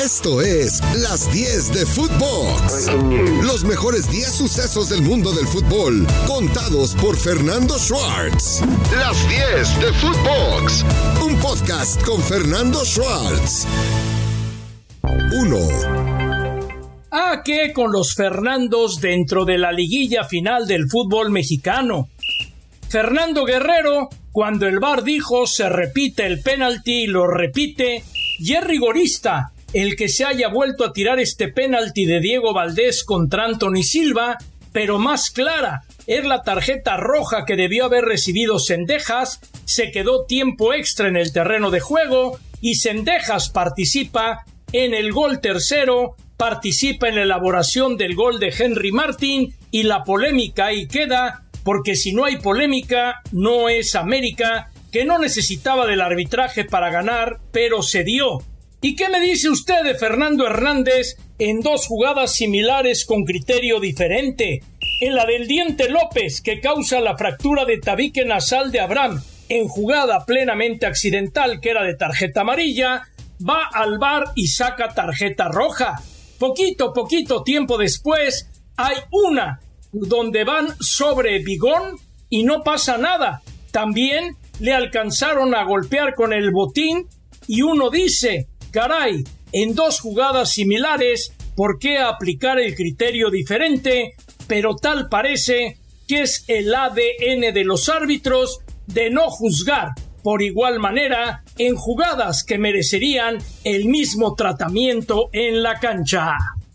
Esto es Las 10 de Footbox. Los mejores 10 sucesos del mundo del fútbol, contados por Fernando Schwartz. Las 10 de Footbox. Un podcast con Fernando Schwartz. 1. ¿A qué con los Fernandos dentro de la liguilla final del fútbol mexicano? Fernando Guerrero, cuando el VAR dijo se repite el penalti, lo repite, y es rigorista el que se haya vuelto a tirar este penalti de Diego Valdés contra Anthony Silva, pero más clara es la tarjeta roja que debió haber recibido Cendejas. Se quedó tiempo extra en el terreno de juego y Cendejas participa en el gol tercero, participa en la elaboración del gol de Henry Martin, y la polémica ahí queda, porque si no hay polémica, no es América, que no necesitaba del arbitraje para ganar, pero se dio. ¿Y qué me dice usted de Fernando Hernández en dos jugadas similares con criterio diferente? En la del Diente López, que causa la fractura de tabique nasal de Abraham, en jugada plenamente accidental que era de tarjeta amarilla, va al VAR y saca tarjeta roja. Poquito tiempo después, hay una donde van sobre Bigón y no pasa nada. También le alcanzaron a golpear con el botín y uno dice, caray, en dos jugadas similares, ¿por qué aplicar el criterio diferente? Pero tal parece que es el ADN de los árbitros de no juzgar por igual manera en jugadas que merecerían el mismo tratamiento en la cancha.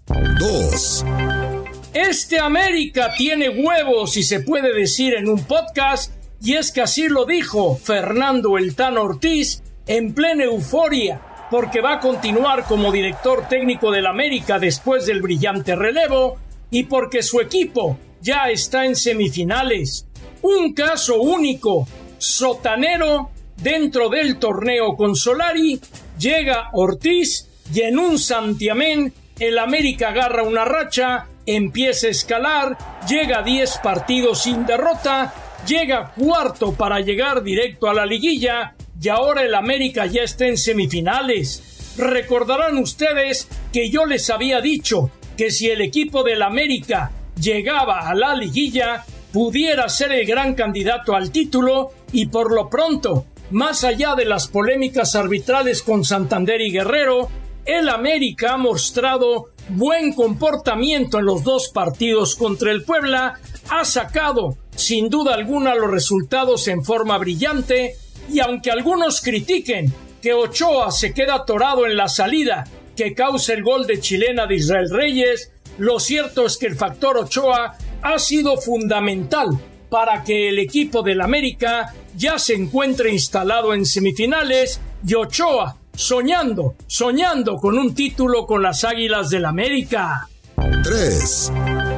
2. Este América tiene huevos, si se puede decir en un podcast, y es que así lo dijo Fernando El Tano Ortiz en plena euforia, porque va a continuar como director técnico del América después del brillante relevo y porque su equipo ya está en semifinales. Un caso único, sotanero dentro del torneo con Solari. Llega Ortiz y en un santiamén el América agarra una racha, empieza a escalar, llega a 10 partidos sin derrota, llega cuarto para llegar directo a la liguilla y ahora el América ya está en semifinales. Recordarán ustedes que yo les había dicho que si el equipo del América llegaba a la liguilla, pudiera ser el gran candidato al título y por lo pronto, más allá de las polémicas arbitrales con Santander y Guerrero, el América ha mostrado buen comportamiento en los dos partidos contra el Puebla, ha sacado sin duda alguna los resultados en forma brillante y aunque algunos critiquen que Ochoa se queda atorado en la salida que causa el gol de chilena de Israel Reyes, lo cierto es que el factor Ochoa ha sido fundamental para que el equipo del América ya se encuentre instalado en semifinales y Ochoa soñando con un título con las Águilas del América. 3.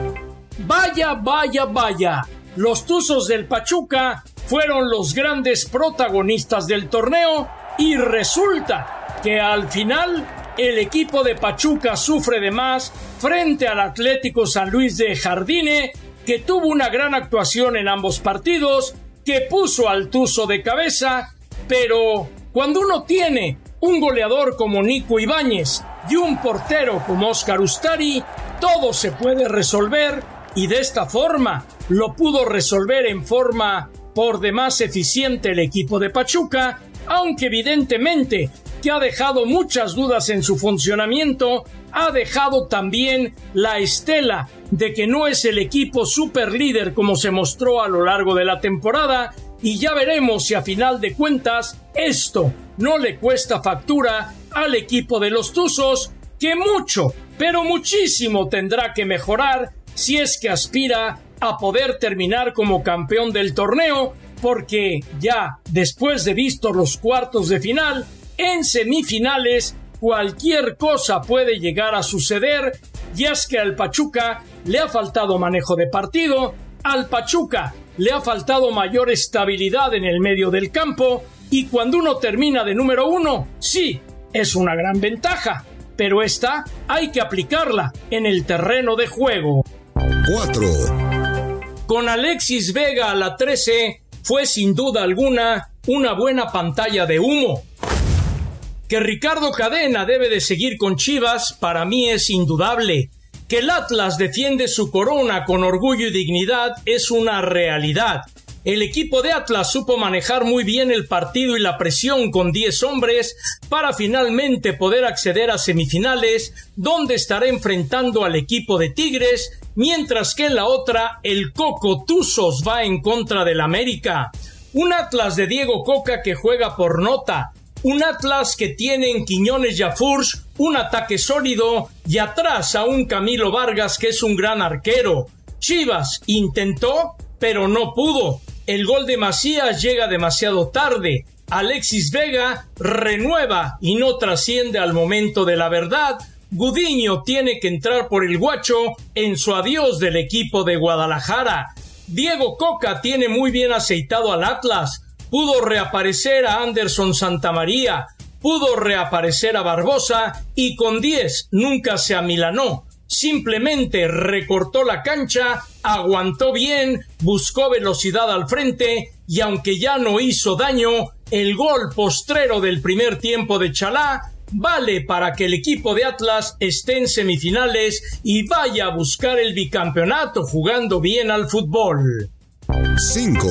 Vaya, los Tuzos del Pachuca fueron los grandes protagonistas del torneo y resulta que al final el equipo de Pachuca sufre de más frente al Atlético San Luis de Jardine, que tuvo una gran actuación en ambos partidos, que puso al Tuzo de cabeza, pero cuando uno tiene un goleador como Nico Ibáñez y un portero como Óscar Ustari, todo se puede resolver y de esta forma lo pudo resolver en forma por demás eficiente el equipo de Pachuca, aunque evidentemente que ha dejado muchas dudas en su funcionamiento, ha dejado también la estela de que no es el equipo superlíder como se mostró a lo largo de la temporada, y ya veremos si a final de cuentas esto no le cuesta factura al equipo de los Tuzos, que mucho, pero muchísimo tendrá que mejorar si es que aspira a poder terminar como campeón del torneo, porque ya después de vistos los cuartos de final, en semifinales cualquier cosa puede llegar a suceder, y es que al Pachuca le ha faltado manejo de partido, al Pachuca le ha faltado mayor estabilidad en el medio del campo, y cuando uno termina de número 1, sí, es una gran ventaja, pero esta hay que aplicarla en el terreno de juego. 4. Con Alexis Vega a la 13 fue sin duda alguna una buena pantalla de humo. Que Ricardo Cadena debe de seguir con Chivas, para mí es indudable. Que el Atlas defiende su corona con orgullo y dignidad es una realidad. El equipo de Atlas supo manejar muy bien el partido y la presión con 10 hombres para finalmente poder acceder a semifinales, donde estará enfrentando al equipo de Tigres, mientras que en la otra el Coco Tuzos va en contra del América. Un Atlas de Diego Coca que juega por nota, un Atlas que tiene en Quiñones y a Furch un ataque sólido y atrás a un Camilo Vargas que es un gran arquero. Chivas intentó, pero no pudo. El gol de Macías llega demasiado tarde. Alexis Vega renueva y no trasciende al momento de la verdad. Gudiño tiene que entrar por el Guacho en su adiós del equipo de Guadalajara. Diego Coca tiene muy bien aceitado al Atlas. Pudo reaparecer a Anderson Santamaría, pudo reaparecer a Barbosa y con 10 nunca se amilanó. Simplemente recortó la cancha, aguantó bien, buscó velocidad al frente y aunque ya no hizo daño, el gol postrero del primer tiempo de Chalá vale para que el equipo de Atlas esté en semifinales y vaya a buscar el bicampeonato jugando bien al fútbol. 5.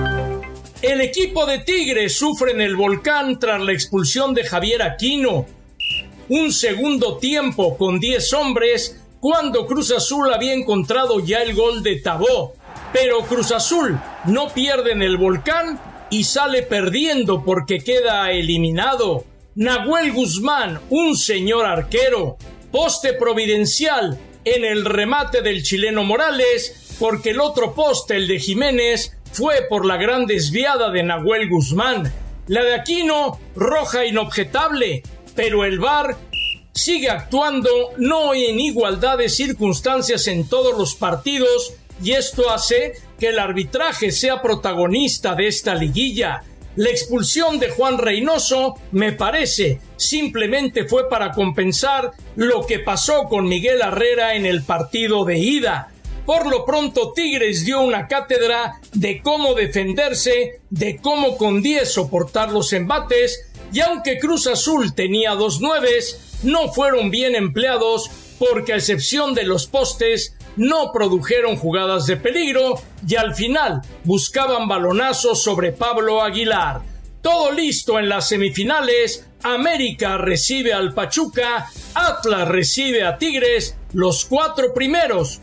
El equipo de Tigres sufre en el Volcán tras la expulsión de Javier Aquino. Un segundo tiempo con 10 hombres cuando Cruz Azul había encontrado ya el gol de Tabó. Pero Cruz Azul no pierde en el Volcán y sale perdiendo porque queda eliminado. Nahuel Guzmán, un señor arquero. Poste providencial en el remate del chileno Morales porque el otro poste, el de Jiménez, fue por la gran desviada de Nahuel Guzmán. La de Aquino, roja inobjetable, pero el VAR sigue actuando no en igualdad de circunstancias en todos los partidos y esto hace que el arbitraje sea protagonista de esta liguilla. La expulsión de Juan Reynoso, me parece, simplemente fue para compensar lo que pasó con Miguel Herrera en el partido de ida. Por lo pronto Tigres dio una cátedra de cómo defenderse, de cómo con 10 soportar los embates, y aunque Cruz Azul tenía 2 nueves, no fueron bien empleados porque a excepción de los postes no produjeron jugadas de peligro y al final buscaban balonazos sobre Pablo Aguilar. Todo listo en las semifinales. América recibe al Pachuca, Atlas recibe a Tigres, los cuatro primeros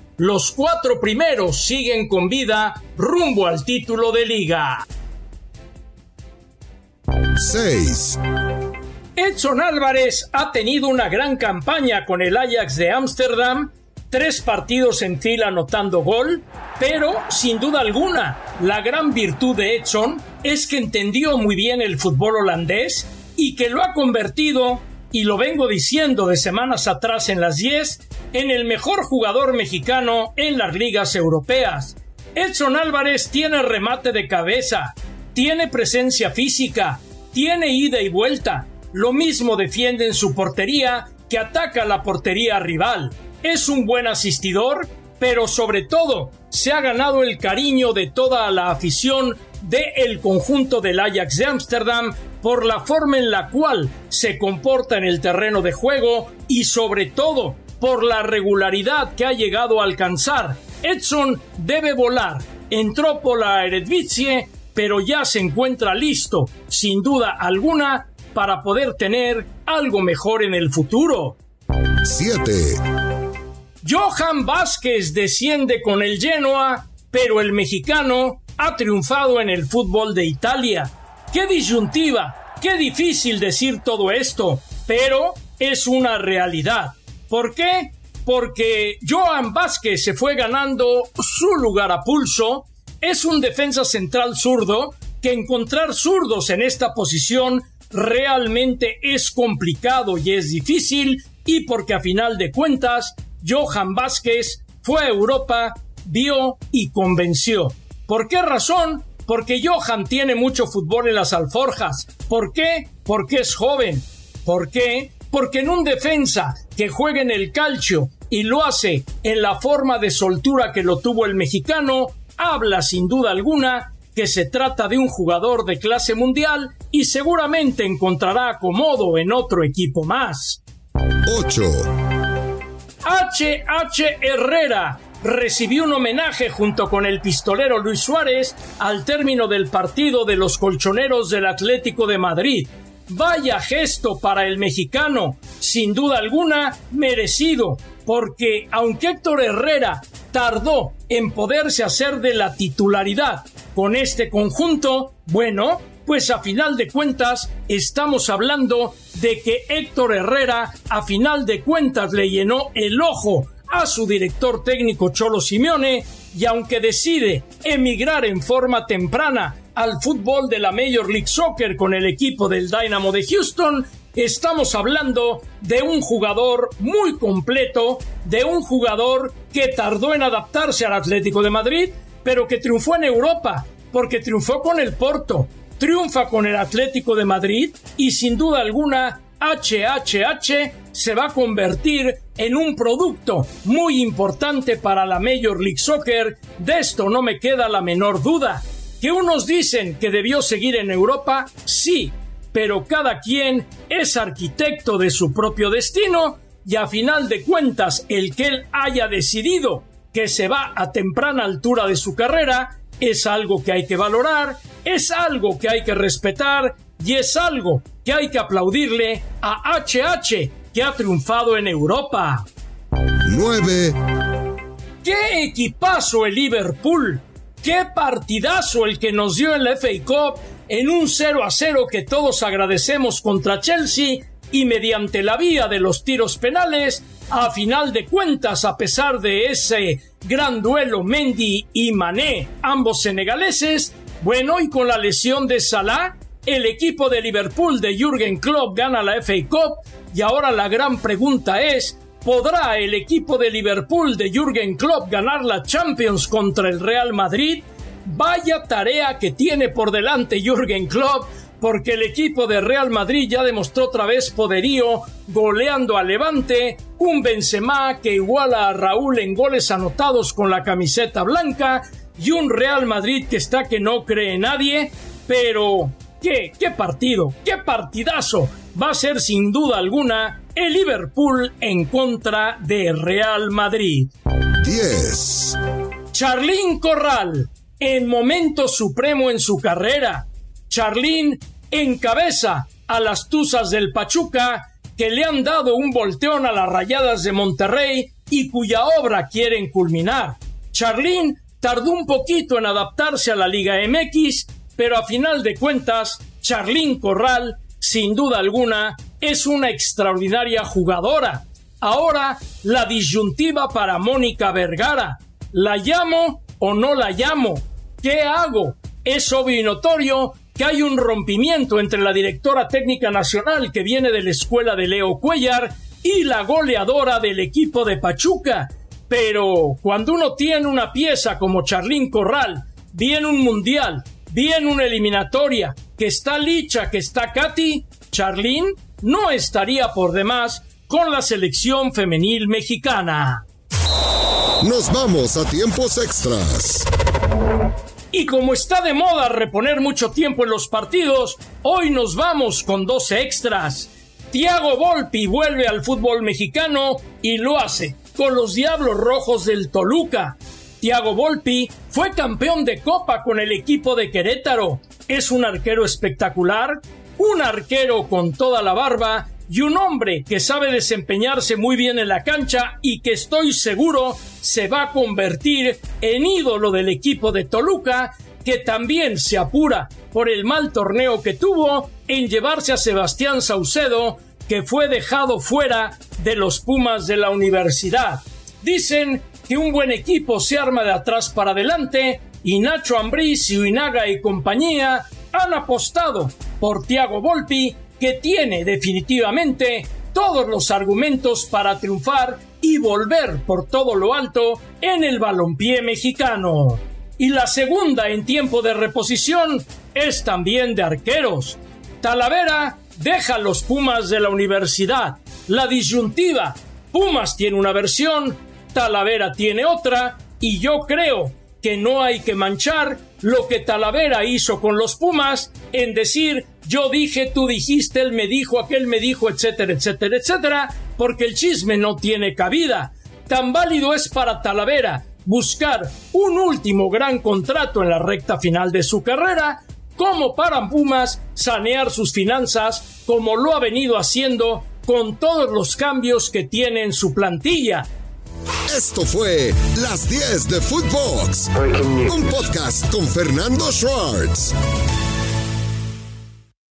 siguen con vida rumbo al título de liga. 6. Edson Álvarez ha tenido una gran campaña con el Ajax de Ámsterdam, 3 partidos en fila anotando gol, pero sin duda alguna, la gran virtud de Edson es que entendió muy bien el fútbol holandés y que lo ha convertido, y lo vengo diciendo de semanas atrás en las 10, en el mejor jugador mexicano en las ligas europeas. Edson Álvarez tiene remate de cabeza, tiene presencia física, tiene ida y vuelta, lo mismo defiende en su portería que ataca la portería rival. Es un buen asistidor, pero sobre todo se ha ganado el cariño de toda la afición del conjunto del Ajax de Ámsterdam por la forma en la cual se comporta en el terreno de juego y sobre todo por la regularidad que ha llegado a alcanzar. Edson debe volar, entró por la Eredivisie, pero ya se encuentra listo, sin duda alguna, para poder tener algo mejor en el futuro. 7. Johan Vázquez desciende con el Genoa, pero el mexicano ha triunfado en el fútbol de Italia. ¡Qué disyuntiva! ¡Qué difícil decir todo esto! Pero es una realidad. ¿Por qué? Porque Johan Vázquez se fue ganando su lugar a pulso. Es un defensa central zurdo que encontrar zurdos en esta posición realmente es complicado y es difícil, y porque a final de cuentas Johan Vázquez fue a Europa, vio y convenció. ¿Por qué razón? Porque Johan tiene mucho fútbol en las alforjas. ¿Por qué? Porque es joven. ¿Por qué? Porque en un defensa que juega en el calcio y lo hace en la forma de soltura que lo tuvo el mexicano, habla sin duda alguna que se trata de un jugador de clase mundial y seguramente encontrará acomodo en otro equipo más. 8. H.H. Herrera recibió un homenaje junto con el pistolero Luis Suárez al término del partido de los colchoneros del Atlético de Madrid. Vaya gesto para el mexicano, sin duda alguna merecido, porque aunque Héctor Herrera tardó en poderse hacer de la titularidad con este conjunto, bueno, pues a final de cuentas estamos hablando de que Héctor Herrera a final de cuentas le llenó el ojo a su director técnico Cholo Simeone, y aunque decide emigrar en forma temprana al fútbol de la Major League Soccer con el equipo del Dynamo de Houston, estamos hablando de un jugador muy completo, de un jugador que tardó en adaptarse al Atlético de Madrid, pero que triunfó en Europa, porque triunfó con el Porto, triunfa con el Atlético de Madrid y sin duda alguna HHH se va a convertir en un producto muy importante para la Major League Soccer. De esto no me queda la menor duda. ¿Que unos dicen que debió seguir en Europa? Sí, pero cada quien es arquitecto de su propio destino y a final de cuentas el que él haya decidido que se va a temprana altura de su carrera es algo que hay que valorar, es algo que hay que respetar y es algo que hay que aplaudirle a HH, que ha triunfado en Europa. 9. ¡Qué equipazo el Liverpool! ¡Qué partidazo el que nos dio en la FA Cup en un 0-0 que todos agradecemos contra Chelsea y mediante la vía de los tiros penales! A final de cuentas, a pesar de ese gran duelo Mendy y Mané, ambos senegaleses, bueno, y con la lesión de Salah, el equipo de Liverpool de Jürgen Klopp gana la FA Cup y ahora la gran pregunta es, ¿podrá el equipo de Liverpool de Jürgen Klopp ganar la Champions contra el Real Madrid? Vaya tarea que tiene por delante Jürgen Klopp, porque el equipo de Real Madrid ya demostró otra vez poderío, goleando a Levante, un Benzema que iguala a Raúl en goles anotados con la camiseta blanca, y un Real Madrid que está que no cree nadie, pero ¿qué partido? ¡Qué partidazo! Va a ser sin duda alguna el Liverpool en contra de Real Madrid. 10. Charlín Corral, en momento supremo en su carrera. Charlín encabeza a las Tuzas del Pachuca, que le han dado un volteón a las Rayadas de Monterrey y cuya obra quieren culminar. Charlín tardó un poquito en adaptarse a la Liga MX, pero a final de cuentas, Charlín Corral, sin duda alguna, es una extraordinaria jugadora. Ahora, la disyuntiva para Mónica Vergara. ¿La llamo o no la llamo? ¿Qué hago? Es obvio y notorio que hay un rompimiento entre la directora técnica nacional que viene de la escuela de Leo Cuellar y la goleadora del equipo de Pachuca. Pero cuando uno tiene una pieza como Charlín Corral, bien un mundial, bien una eliminatoria, que está Licha, que está Katy, Charlín no estaría por demás con la selección femenil mexicana. Nos vamos a tiempos extras. Y como está de moda reponer mucho tiempo en los partidos, hoy nos vamos con 2 extras. Thiago Volpi vuelve al fútbol mexicano y lo hace con los Diablos Rojos del Toluca. Thiago Volpi fue campeón de Copa con el equipo de Querétaro. Es un arquero espectacular, un arquero con toda la barba y un hombre que sabe desempeñarse muy bien en la cancha y que estoy seguro se va a convertir en ídolo del equipo de Toluca, que también se apura por el mal torneo que tuvo en llevarse a Sebastián Saucedo, que fue dejado fuera de los Pumas de la universidad. Dicen que un buen equipo se arma de atrás para adelante y Nacho Ambriz, Uinaga y compañía han apostado por Thiago Volpi, que tiene definitivamente todos los argumentos para triunfar y volver por todo lo alto en el balompié mexicano. Y la segunda en tiempo de reposición es también de arqueros. Talavera deja a los Pumas de la universidad. La disyuntiva, Pumas tiene una versión, Talavera tiene otra, y yo creo que no hay que manchar lo que Talavera hizo con los Pumas en decir yo dije, tú dijiste, él me dijo, aquel me dijo, etcétera, etcétera, etcétera, porque el chisme no tiene cabida. Tan válido es para Talavera buscar un último gran contrato en la recta final de su carrera, como para Pumas sanear sus finanzas, como lo ha venido haciendo con todos los cambios que tiene en su plantilla. Esto fue Las 10 de Footbox, un podcast con Fernando Schwartz.